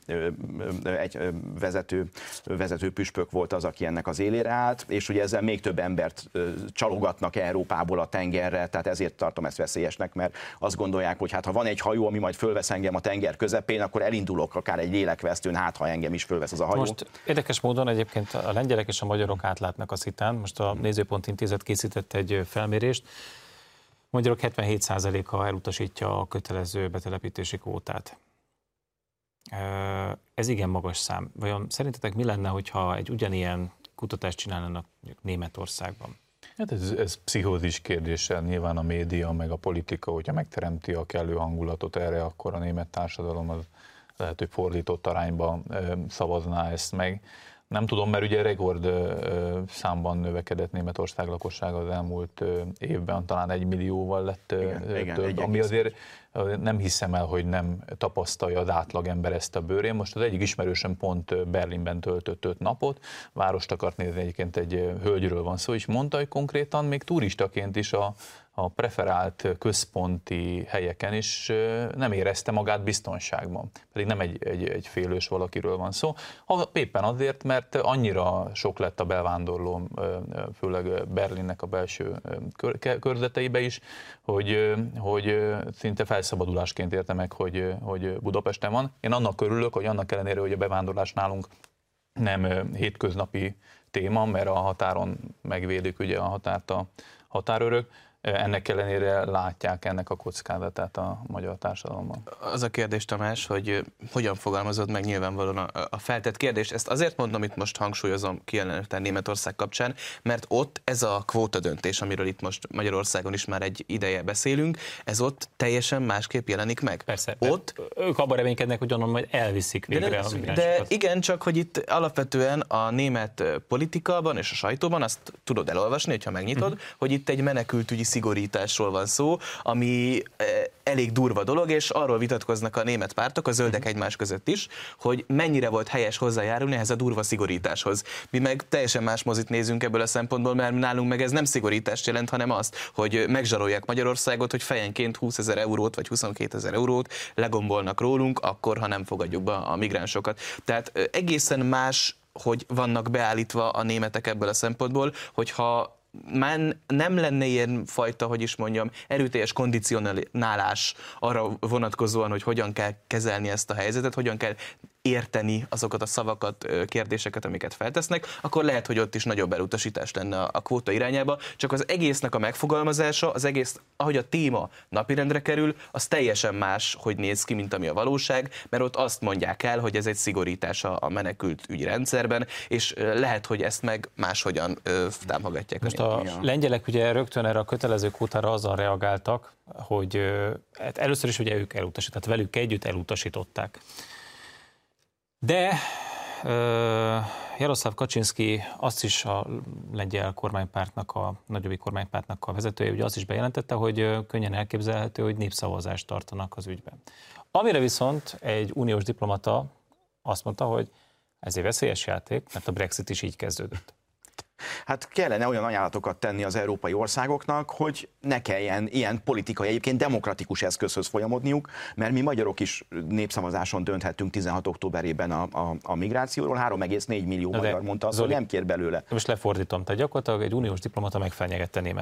vezető püspök volt az, aki ennek az élére állt, és ugye ezzel még több embert csalogatnak Európából a tengerre, tehát ezért tartom ezt veszélyesnek, mert azt gondolják, hogy hát ha van egy hajó, ami majd fölvesz engem a tenger közepén, akkor elindulok akár egy lélekvesztőn, hát ha engem is fölvesz az a hajó. Most érdekes módon egyébként a lengyelek és a magyarok átlátnak a szitán. Most a Nézőpont Intézet készített egy felmérést. A magyarok 77%-a elutasítja a kötelező betelepítési kvótát. Ez igen magas szám. Vajon szerintetek mi lenne, hogyha egy ugyanilyen kutatást csinálnának Németországban? Hát ez pszichózis kérdése, nyilván a média meg a politika, hogyha megteremti a kellő hangulatot erre, akkor a német társadalom az lehet, hogy fordított arányba szavazná ezt meg. Nem tudom, mert ugye rekord számban növekedett Németország lakossága az elmúlt évben, talán 1 millióval lett több, ami azért nem hiszem el, hogy nem tapasztalja az átlagember ezt a bőrén. Most az egyik ismerősöm pont Berlinben töltött 5 napot, várost akart nézni, egyébként egy hölgyről van szó, és mondta, hogy konkrétan még turistaként is a preferált központi helyeken is nem érezte magát biztonságban. Pedig nem egy félős valakiről van szó. Éppen azért, mert annyira sok lett a bevándorló, főleg Berlinnek a belső körzeteibe is, hogy szinte felszabadulásként érte meg, hogy Budapesten van. Én annak örülök, hogy annak ellenére, hogy a bevándorlás nálunk nem hétköznapi téma, mert a határon megvédik ugye a határt a határőrök, ennek ellenére látják ennek a kockázatát a magyar társadalomban. Az a kérdés, Tamás, hogy hogyan fogalmazod meg nyilvánvalóan a feltett kérdést. Ezt azért mondom, itt most hangsúlyozom kijelentetlen Németország kapcsán, mert ott ez a kvóta döntés, amiről itt most Magyarországon is már egy ideje beszélünk, ez ott teljesen másképp jelenik meg. Persze, ott ők abban reménykednek, hogy onnan majd elviszik végre a migránsokat. De igen, csak hogy itt alapvetően a német politikában és a sajtóban azt tudod elolvasni, hogyha megnyitod, hogy itt egy menekültügyi szigorításról van szó, ami elég durva dolog, és arról vitatkoznak a német pártok, a zöldek egymás között is, hogy mennyire volt helyes hozzájárulni ehhez a durva szigorításhoz. Mi meg teljesen más mozit nézünk ebből a szempontból, mert nálunk meg ez nem szigorítást jelent, hanem azt, hogy megzsarolják Magyarországot, hogy fejenként 20 000 eurót vagy 22 000 eurót legombolnak rólunk, akkor, ha nem fogadjuk be a migránsokat. Tehát egészen más, hogy vannak beállítva a németek ebből a szempontból, hogyha már nem lenne ilyen fajta, hogy is mondjam, erőteljes kondicionálás arra vonatkozóan, hogy hogyan kell kezelni ezt a helyzetet, hogyan kell érteni azokat a szavakat, kérdéseket, amiket feltesznek, akkor lehet, hogy ott is nagyobb elutasítás lenne a kvóta irányába, csak az egésznek a megfogalmazása, az egész, ahogy a téma napirendre kerül, az teljesen más, hogy néz ki, mint ami a valóság, mert ott azt mondják el, hogy ez egy szigorítás a menekült ügyi rendszerben, és lehet, hogy ezt meg máshogyan támogatják. Most a lengyelek ugye rögtön erre a kötelező kvótára azzal reagáltak, hogy hát először is ugye ők elutasították, velük együtt elutasították. De Jaroszláv Kaczynszki, azt is a lengyel kormánypártnak, a nagyobbik kormánypártnak a vezetője, ugye azt is bejelentette, hogy könnyen elképzelhető, hogy népszavazást tartanak az ügyben. Amire viszont egy uniós diplomata azt mondta, hogy ez egy veszélyes játék, mert a Brexit is így kezdődött. Hát kellene olyan ajánlatokat tenni az európai országoknak, hogy ne kelljen ilyen politikai, egyébként demokratikus eszközhöz folyamodniuk, mert mi magyarok is népszavazáson dönthettünk 16. októberében a migrációról, 3,4 millió magyar mondta azt, hogy nem kér belőle. Most lefordítom, tehát gyakorlatilag egy uniós diplomata megfenyegette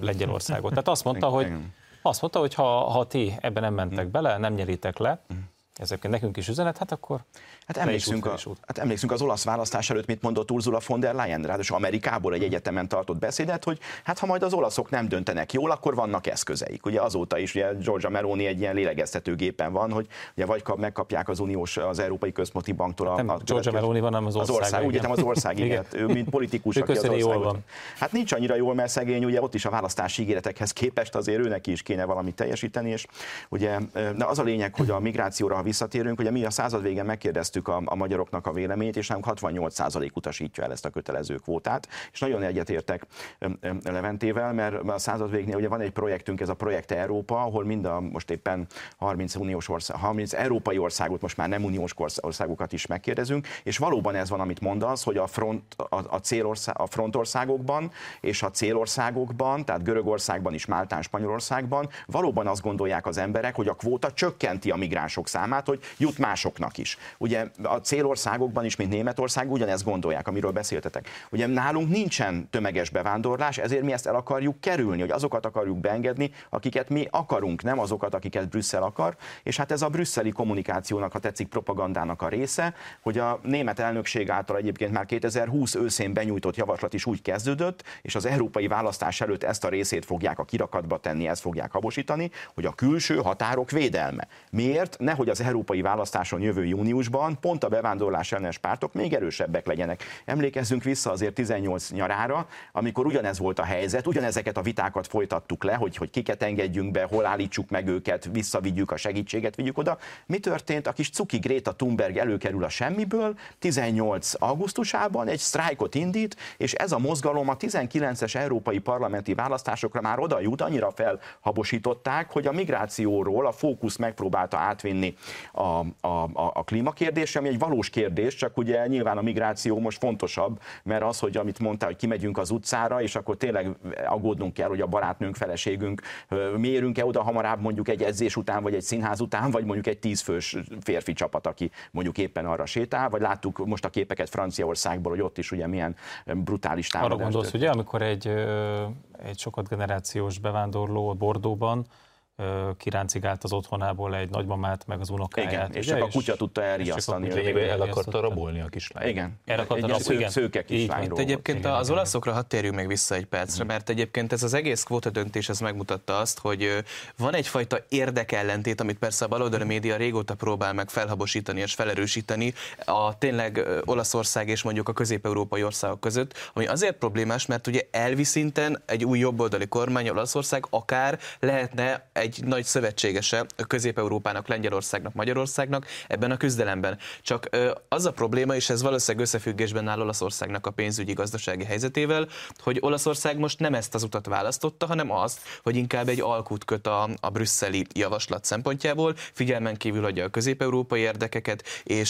Lengyelországot. Tehát azt mondta, hogy ha ti ebben nem mentek bele, nem nyeritek le, ezek nekünk is üzenet, hát akkor emlékszünk az olasz választás előtt, mit mondott Ursula von der Leyen, ráadásul Amerikából egy egyetemen tartott beszédet, hogy hát ha majd az olaszok nem döntenek jól, akkor vannak eszközeik. Ugye azóta is ugye Giorgia Meloni egy ilyen lélegeztetőgépen van, hogy ugye vagy megkapják az Európai Központi Banktól nem Giorgia Meloni van, hanem az ország. Úgy értem, az ország, igen. Ő mint politikus, aki az jól van. Hát nincs annyira jól, mert szegény, ugye ott is a választási ígéretekhez képest azért őnek is kéne valamit teljesíteni, és ugye de az a lényeg, hogy a migrációra, ha visszatérünk, ugye mi a század végén megkérdeztük a magyaroknak a véleményét, és nálunk 68% utasítja el ezt a kötelező kvótát, és nagyon egyetértek Leventével, mert a század végén ugye van egy projektünk, ez a Projekt Európa, ahol most éppen 30 európai országot, most már nem uniós országokat is megkérdezünk, és valóban ez van, amit mondasz, hogy a frontországokban és a célországokban, tehát Görögországban is, Máltán, Spanyolországban valóban azt gondolják az emberek, hogy a kvóta csökkenti a migránsok számát, hogy jut másoknak is. Ugye a célországokban is, mint Németország, ugyanezt gondolják, amiről beszéltetek. Ugye nálunk nincsen tömeges bevándorlás, ezért mi ezt el akarjuk kerülni, hogy azokat akarjuk beengedni, akiket mi akarunk, nem azokat, akiket Brüsszel akar, és hát ez a brüsszeli kommunikációnak, ha tetszik, propagandának a része, hogy a német elnökség által egyébként már 2020 őszén benyújtott javaslat is úgy kezdődött, és az európai választás előtt ezt a részét fogják a kirakatba tenni, ezt fogják habosítani, hogy a külső határok védelme. Miért? Nehogy az európai választáson jövő júniusban pont a bevándorlás ellenes pártok még erősebbek legyenek. Emlékezzünk vissza azért 18 nyarára, amikor ugyanez volt a helyzet, ugyanezeket a vitákat folytattuk le, hogy kiket engedjünk be, hol állítsuk meg őket, visszavigyük a segítséget, vigyük oda. Mi történt? A kis cuki Greta Thunberg előkerül a semmiből, 18 augusztusában egy sztrájkot indít, és ez a mozgalom a 19-es európai parlamenti választásokra már oda jut, annyira felhabosították, hogy a migrációról a fókusz megpróbálta átvinni a klímakérdésre, ami egy valós kérdés, csak ugye nyilván a migráció most fontosabb, mert az, hogy amit mondtál, hogy kimegyünk az utcára, és akkor tényleg aggódnunk kell, hogy a barátnőnk, feleségünk, mérünk-e oda hamarabb mondjuk egy edzés után, vagy egy színház után, vagy mondjuk egy 10 fős férfi csapat, aki mondjuk éppen arra sétál, vagy láttuk most a képeket Franciaországból, hogy ott is ugye milyen brutális támadás. Arra gondolsz, ugye, amikor egy sokat generációs bevándorló a Bordeauxban kiráncigált az otthonából egy nagymamát, meg az unokáját. Igen, és csak a kutya tudta elriasztani. El akarta rabolni a kislányt. Igen. Egy szőke kislányról. Egyébként az olaszokra hadd térjünk még vissza egy percre, mert egyébként ez az egész kvóta döntés ez megmutatta azt, hogy van egyfajta érdekellentét, amit persze a baloldali média régóta próbál meg felhabosítani és felerősíteni a tényleg Olaszország és mondjuk a közép-európai országok között, ami azért problémás, mert ugye elvi szinten egy új jobboldali kormány Olaszország akár lehetne egy nagy szövetségese Közép-Európának, Lengyelországnak, Magyarországnak ebben a küzdelemben. Csak az a probléma, és ez valószínűleg összefüggésben áll Olaszországnak a pénzügyi gazdasági helyzetével, hogy Olaszország most nem ezt az utat választotta, hanem azt, hogy inkább egy alkut köt a brüsszeli javaslat szempontjából, figyelmen kívül hagyja a közép-európai érdekeket,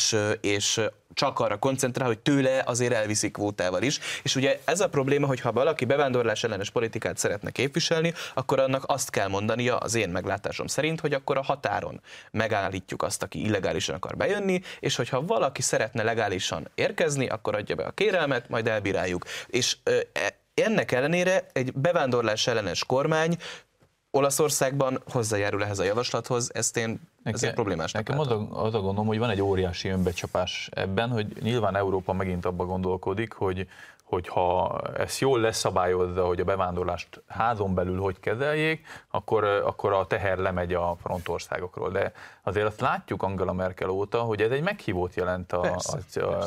és csak arra koncentrál, hogy tőle azért elviszik kvótával is. És ugye ez a probléma, hogy ha valaki bevándorlás ellenes politikát szeretne képviselni, akkor annak azt kell mondania az én meglátásom szerint, hogy akkor a határon megállítjuk azt, aki illegálisan akar bejönni, és hogyha valaki szeretne legálisan érkezni, akkor adja be a kérelmet, majd elbíráljuk. És ennek ellenére egy bevándorlás ellenes kormány Olaszországban hozzájárul ehhez a javaslathoz, ezt én ezért problémásnak látom. Nekem az a gondom, hogy van egy óriási önbecsapás ebben, hogy nyilván Európa megint abba gondolkodik, hogy ha ezt jól leszabályozza, hogy a bevándorlást házon belül hogy kezeljék, akkor a teher lemegy a frontországokról. De azért azt látjuk Angela Merkel óta, hogy ez egy meghívót jelent az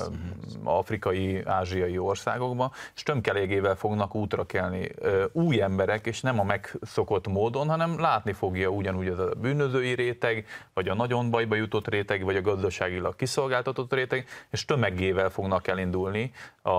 afrikai, ázsiai országokban, és tömkelégével fognak útra kelni új emberek, és nem a megszokott módon, hanem látni fogja ugyanúgy az a bűnözői réteg, vagy a nagyon bajba jutott réteg, vagy a gazdaságilag kiszolgáltatott réteg, és tömegével fognak elindulni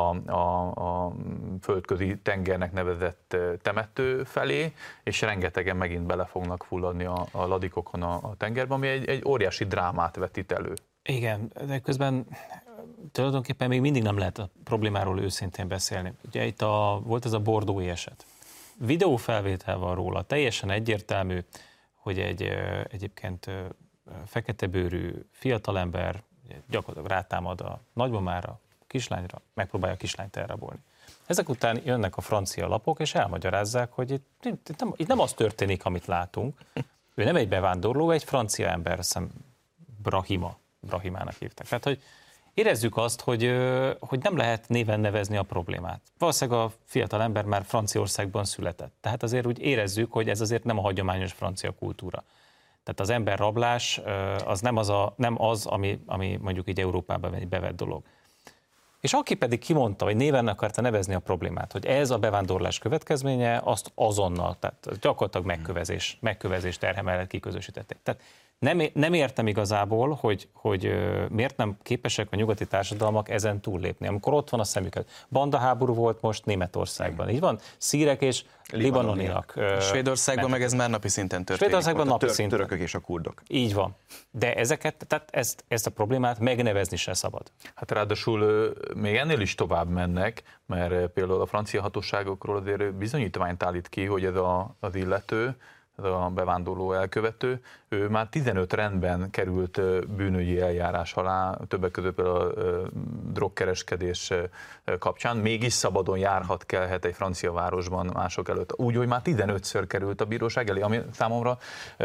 a földközi tengernek nevezett temető felé, és rengetegen megint bele fognak fulladni a ladikokon a tengerben, ami egy óriási drámát vetít elő. Igen, de közben tulajdonképpen még mindig nem lehet a problémáról őszintén beszélni. Ugye itt volt ez a bordeauxi eset. Videófelvétel van róla, teljesen egyértelmű, hogy egyébként feketebőrű fiatalember gyakorlatilag rátámad a nagymamára, kislányra, megpróbálja a kislányt elrabolni. Ezek után jönnek a francia lapok, és elmagyarázzák, hogy itt nem az történik, amit látunk. Ő nem egy bevándorló, egy francia ember Brahimának hívták. Tehát, hogy érezzük azt, hogy nem lehet néven nevezni a problémát. Valószínűleg a fiatal ember már Franciaországban született. Tehát azért úgy érezzük, hogy ez azért nem a hagyományos francia kultúra. Tehát az emberrablás az nem az ami mondjuk így Európában egy bevett dolog. És aki pedig kimondta, vagy néven akarta nevezni a problémát, hogy ez a bevándorlás következménye, azt azonnal, tehát gyakorlatilag megkövezés terhe mellett kiközösítették. Tehát nem értem igazából, hogy miért nem képesek a nyugati társadalmak ezen túllépni, amikor ott van a szemüket. Bandaháború volt most Németországban, így van? Szírek és libanoniak. Svédországban meg ez már napi szinten történik. Svédországban napi szinten. Törökök és a kurdok. Így van. De tehát ezt a problémát megnevezni se szabad. Hát ráadásul még ennél is tovább mennek, mert például a francia hatóságokról azért bizonyítványt állít ki, hogy ez az illető, ez a bevándorló elkövető, ő már 15 rendben került bűnügyi eljárás alá, többek között a drogkereskedés kapcsán, mégis szabadon járhat, kelhet egy francia városban mások előtt. Úgy, hogy már 15-ször került a bíróság elé, ami számomra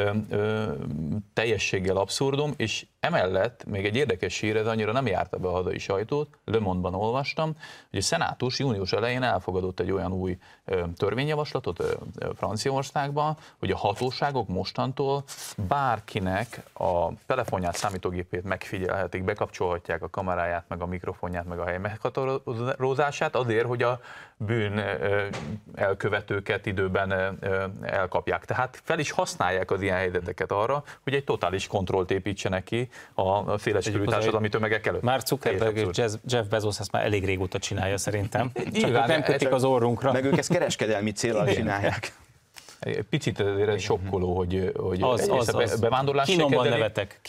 teljességgel abszurdum, és emellett még egy érdekes hír, ez annyira nem járta be a hazai sajtót, Le Monde-ban olvastam, hogy a szenátus június elején elfogadott egy olyan új törvényjavaslatot Franciaországban, hogy a hatóságok mostantól bárkinek a telefonját, számítógépét megfigyelhetik, bekapcsolhatják a kameráját, meg a mikrofonját, meg a hely meghatározását azért, hogy a bűn elkövetőket időben elkapják. Tehát fel is használják az ilyen helyzeteket arra, hogy egy totális kontrollt építsenek ki a széleskörű társadalmi tömegek előtt. Már Zuckerberg és Jeff Bezos ezt már elég régóta csinálja szerintem. Csak nem kötik az orrunkra. Meg ők ezt kereskedelmi céllal csinálják. Picit azért sokkoló, hogy bevándorlás kínomban nevetek.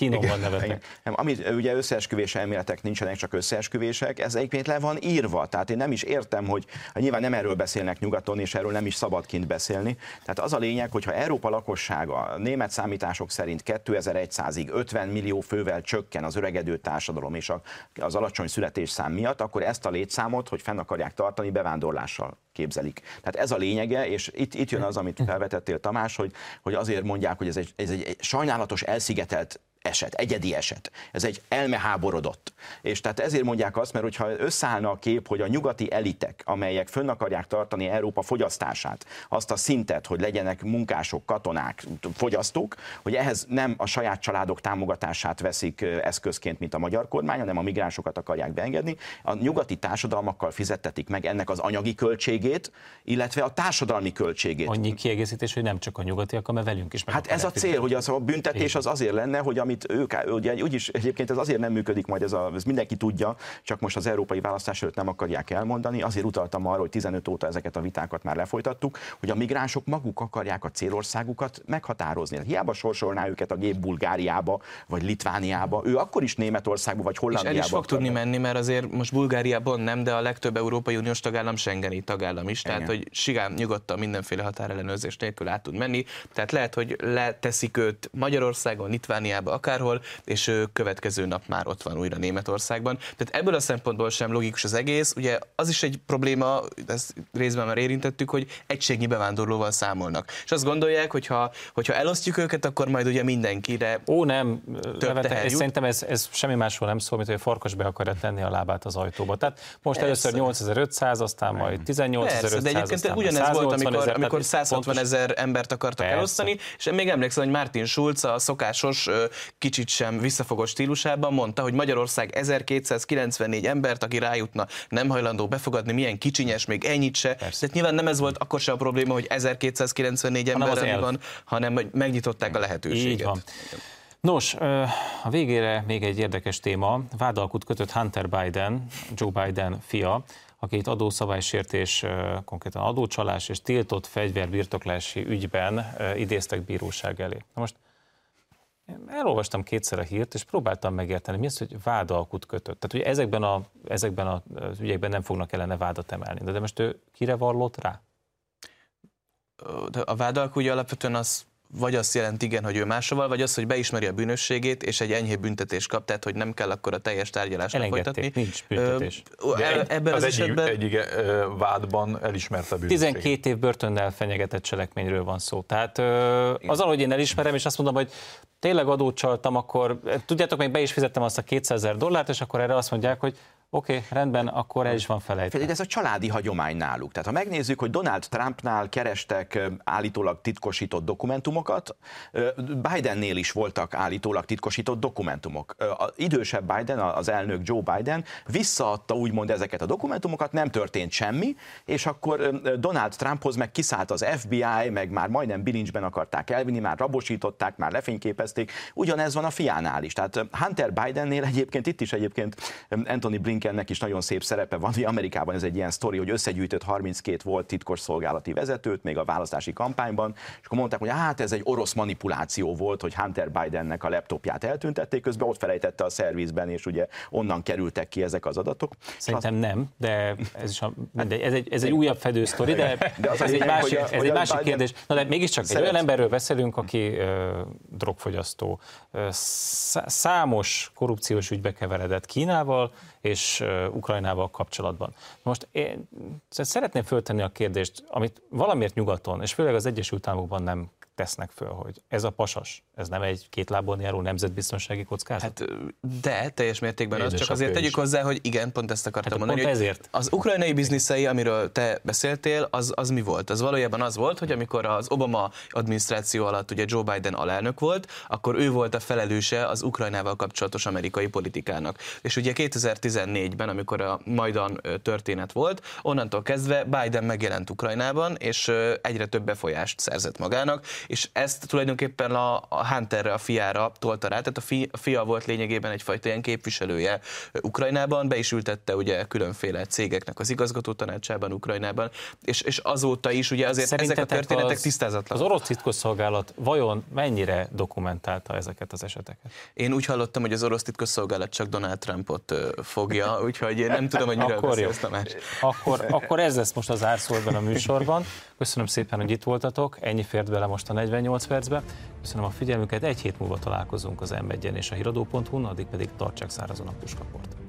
Amit ugye összeesküvés elméletek nincsenek, csak összeesküvések, ez egyébként le van írva. Tehát én nem is értem, hogy nyilván nem erről beszélnek nyugaton, és erről nem is szabad kint beszélni. Tehát az a lényeg, hogyha Európa lakossága német számítások szerint 2100-ig 50 millió fővel csökken az öregedő társadalom és az alacsony születésszám miatt, akkor ezt a létszámot, hogy fenn akarják tartani, bevándorlással képzelik. Tehát ez a lényege, és itt jön az, amit felvetettél, Tamás, hogy azért mondják, hogy ez egy sajnálatos, elszigetelt eset, egyedi eset. Ez egy elmeháborodott. És tehát ezért mondják azt, mert hogyha összeállna a kép, hogy a nyugati elitek, amelyek fönn akarják tartani Európa fogyasztását, azt a szintet, hogy legyenek munkások, katonák, fogyasztók, hogy ehhez nem a saját családok támogatását veszik eszközként, mint a magyar kormány, hanem a migránsokat akarják beengedni, a nyugati társadalmakkal fizettetik meg ennek az anyagi költségét, illetve a társadalmi költségét. Annyi kiegészítés, hogy nem csak a nyugatiak, hanem velünk is. Hát ez a cél, hogy az a büntetés az azért lenne, hogy amit ők, ugye úgyis egyébként ez azért nem működik majd, ez mindenki tudja, csak most az európai választás előtt nem akarják elmondani, azért utaltam arra, hogy 15 óta ezeket a vitákat már lefolytattuk, hogy a migránsok maguk akarják a célországukat meghatározni. Hiába sorsolná őket a gép Bulgáriába, vagy Litvániába, ő akkor is Németországba, vagy Hollandiába. És el is fog tudni menni, mert azért most Bulgáriában nem, de a legtöbb Európai Uniós tagállam schengeni tagállam is, tehát hogy sigán nyugodtan mindenféle határellenőrzés nélkül át tud menni, tehát lehet, hogy leteszik őt Magyarországon, Litvániába, akárhol, és következő nap már ott van újra Németországban. Tehát ebből a szempontból sem logikus az egész. Ugye az is egy probléma, ezt részben már érintettük, hogy egységnyi bevándorlóval számolnak. És azt gondolják, hogyha elosztjuk őket, akkor majd ugye mindenkire nem, és szerintem ez semmi másról nem szól, mint hogy a farkas be akarja tenni a lábát az ajtóba. Tehát most először 8500, aztán majd 18500, de egyébként ugyanez volt, amikor 160 000 embert akartak elosztani, és még emlékszem, hogy Martin Schulz a szokásos kicsit sem visszafogott stílusában mondta, hogy Magyarország 1294 embert, aki rájutna, nem hajlandó befogadni, milyen kicsinyes, még ennyit se. Tehát nyilván nem ez volt akkor sem a probléma, hogy 1294 ember van, hanem hogy megnyitották a lehetőséget. Így van. Nos, a végére még egy érdekes téma. Vádalkut kötött Hunter Biden, Joe Biden fia, akit adószabálysértés, konkrétan adócsalás és tiltott fegyverbirtoklási ügyben idéztek bíróság elé. Na most elolvastam kétszer a hírt, és próbáltam megérteni, mi az, hogy vádalkut kötött. Tehát ugye ezekben az ügyekben nem fognak ellene vádat emelni. De most ő kire vallott rá? De a vádalkú ugye alapvetően az vagy azt jelenti, igen, hogy ő másoval, vagy az, hogy beismeri a bűnösségét, és egy enyhébb büntetést kap, tehát hogy nem kell akkor a teljes tárgyalást folytatni. Nincs büntetés. Ebben az esetben... Egyik vádban elismerte a bűnösséget. 12 év börtönnel fenyegetett cselekményről van szó. Tehát azzal, hogy én elismerem, és azt mondom, hogy tényleg adót csaltam, akkor tudjátok, még be is fizettem azt a $200,000, és akkor erre azt mondják, hogy oké, rendben, akkor el is van felejtve. Ez a családi hagyomány náluk. Tehát ha megnézzük, hogy Donald Trumpnál kerestek állítólag titkosított dokumentumokat, Bidennél is voltak állítólag titkosított dokumentumok. Az idősebb Biden, az elnök Joe Biden visszaadta úgymond ezeket a dokumentumokat, nem történt semmi, és akkor Donald Trumphoz meg kiszállt az FBI, meg már majdnem bilincsben akarták elvinni, már rabosították, már lefényképezték. Ugyanez van a fiánál is. Tehát Hunter Bidennél egyébként itt is Antony Blinkennek is nagyon szép szerepe van, hogy Amerikában ez egy ilyen sztori, hogy összegyűjtött 32 volt titkos szolgálati vezetőt még a választási kampányban, és akkor mondták, hogy hát ez egy orosz manipuláció volt, hogy Hunter Bidennek a laptopját eltüntették, közben ott felejtette a szervizben, és ugye onnan kerültek ki ezek az adatok. Szerintem nem, de ez egy újabb fedő sztori, de ez egy másik kérdés. Na de mégiscsak egy olyan emberről beszélünk, aki drogfogyasztó, számos korrupciós ügybe keveredett Kínával és Ukrajnával kapcsolatban. Most én szeretném föltenni a kérdést, amit valamiért nyugaton, és főleg az Egyesült Államokban nem tesznek föl, hogy ez a pasas, ez nem egy két lábon járó nemzetbiztonsági kockázat? Hát de teljes mértékben az, csak azért tegyük hozzá, hogy igen, pont ezt akartam mondani, pont hogy ezért. Az ukrajnai bizniszei, amiről te beszéltél, az mi volt? Az valójában az volt, hogy amikor az Obama adminisztráció alatt ugye Joe Biden alelnök volt, akkor ő volt a felelőse az Ukrajnával kapcsolatos amerikai politikának. És ugye 2014-ben, amikor a Majdan történet volt, onnantól kezdve Biden megjelent Ukrajnában, és egyre több befolyást szerzett magának, és ezt tulajdonképpen a Hunterre, a fiára tolta rá, tehát a fia volt lényegében egyfajta ilyen képviselője Ukrajnában, be is ültette ugye különféle cégeknek az igazgató tanácsában Ukrajnában, és azóta is ugye azért ezek a történetek tisztázatlanok. Az orosz titkosszolgálat vajon mennyire dokumentálta ezeket az eseteket? Én úgy hallottam, hogy az orosz titkosszolgálat csak Donald Trumpot fogja, úgyhogy nem tudom, hogy miről beszélsz, Tamás. Akkor ez lesz most az zárszó ebben a műsorban. Köszönöm szépen, hogy itt voltatok, ennyi fért bele most a 48 percbe. Köszönöm a figyelmüket, egy hét múlva találkozunk az M1-en és a Híradó.hu-n, addig pedig tartsák szárazon a puskaport.